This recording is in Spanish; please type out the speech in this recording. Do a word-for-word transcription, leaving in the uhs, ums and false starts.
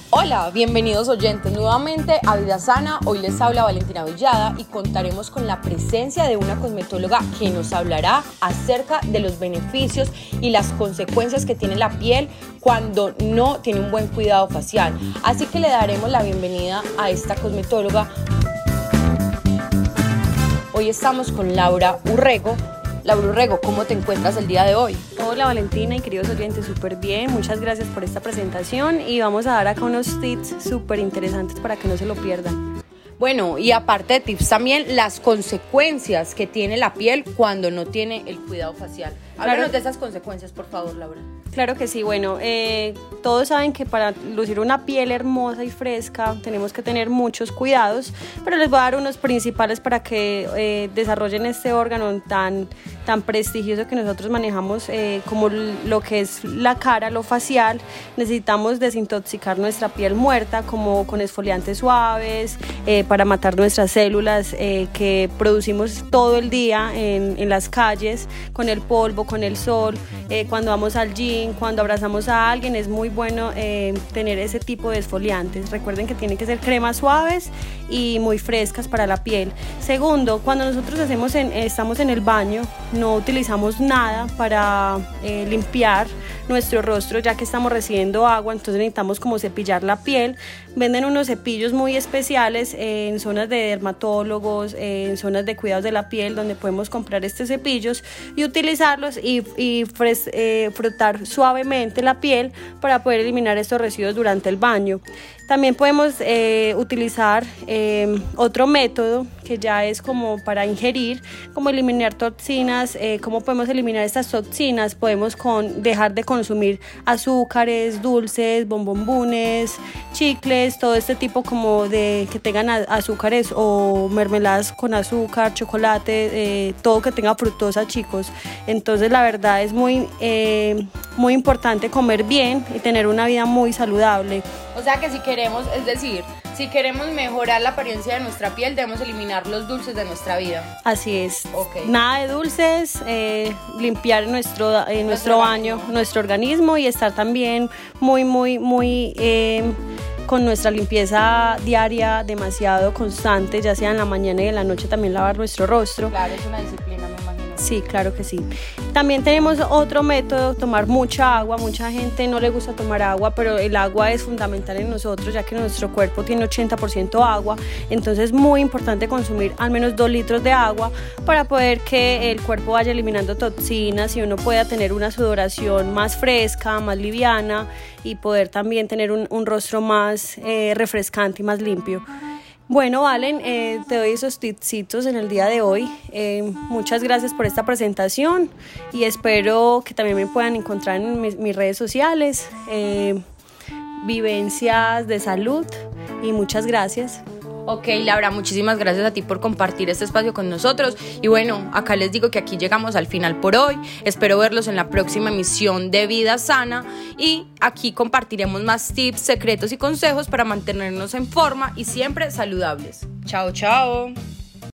Hola, bienvenidos oyentes nuevamente a Vida Sana. Hoy les habla Valentina Villada y contaremos con la presencia de una cosmetóloga que nos hablará acerca de los beneficios y las consecuencias que tiene la piel cuando no tiene un buen cuidado facial. Así que le daremos la bienvenida a esta cosmetóloga. Hoy estamos con Laura Urrego. Laura Urrego, ¿cómo te encuentras el día de hoy? Hola Valentina y queridos oyentes, súper bien, muchas gracias por esta presentación y vamos a dar acá unos tips súper interesantes para que no se lo pierdan. Bueno, y aparte de tips también las consecuencias que tiene la piel cuando no tiene el cuidado facial. Háblanos claro. de esas consecuencias, por favor, Laura. Claro que sí, bueno, eh, todos saben que para lucir una piel hermosa y fresca tenemos que tener muchos cuidados, pero les voy a dar unos principales para que eh, desarrollen este órgano tan, tan prestigioso que nosotros manejamos eh, como lo que es la cara, lo facial. Necesitamos desintoxicar nuestra piel muerta como con exfoliantes suaves eh, para matar nuestras células eh, que producimos todo el día en, en las calles, con el polvo, con el sol, eh, cuando vamos al gym, cuando abrazamos a alguien. Es muy bueno eh, tener ese tipo de exfoliantes. Recuerden que tienen que ser cremas suaves y muy frescas para la piel. Segundo, cuando nosotros hacemos en, estamos en el baño, no utilizamos nada para eh, limpiar nuestro rostro, ya que estamos recibiendo agua, entonces necesitamos como cepillar la piel. Venden unos cepillos muy especiales en zonas de dermatólogos, en zonas de cuidados de la piel, donde podemos comprar estos cepillos y utilizarlos y, y fres, eh, frotar suavemente la piel para poder eliminar estos residuos durante el baño. También podemos eh, utilizar eh, otro método que ya es como para ingerir, como eliminar toxinas. Eh, ¿Cómo podemos eliminar estas toxinas? Podemos con, dejar de consumir azúcares, dulces, bombombones, chicles, todo este tipo como de que tengan azúcares o mermeladas con azúcar, chocolate, eh, todo que tenga fructosa, chicos. Entonces la verdad es muy, eh, muy importante comer bien y tener una vida muy saludable. O sea que si queremos, es decir, si queremos mejorar la apariencia de nuestra piel, debemos eliminar los dulces de nuestra vida. Así es. Okay. Nada de dulces, eh, limpiar nuestro, eh, nuestro baño, organismo. nuestro organismo y estar también muy, muy, muy eh, con nuestra limpieza diaria demasiado constante, ya sea en la mañana y en la noche también lavar nuestro rostro. Claro, es una disciplina, me imagino. Sí, claro que sí. También tenemos otro método, tomar mucha agua. Mucha gente no le gusta tomar agua, pero el agua es fundamental en nosotros, ya que nuestro cuerpo tiene ochenta por ciento agua. Entonces es muy importante consumir al menos dos litros de agua para poder que el cuerpo vaya eliminando toxinas y uno pueda tener una sudoración más fresca, más liviana y poder también tener un, un rostro más eh, refrescante y más limpio. Bueno, Valen, eh, te doy esos tipsitos en el día de hoy. Eh, muchas gracias por esta presentación y espero que también me puedan encontrar en mis, mis redes sociales, eh, Vivencias de Salud, y muchas gracias. Ok, Laura, muchísimas gracias a ti por compartir este espacio con nosotros. Y bueno, acá les digo que aquí llegamos al final por hoy. Espero verlos en la próxima emisión de Vida Sana. Y aquí compartiremos más tips, secretos y consejos para mantenernos en forma y siempre saludables. Chao, chao.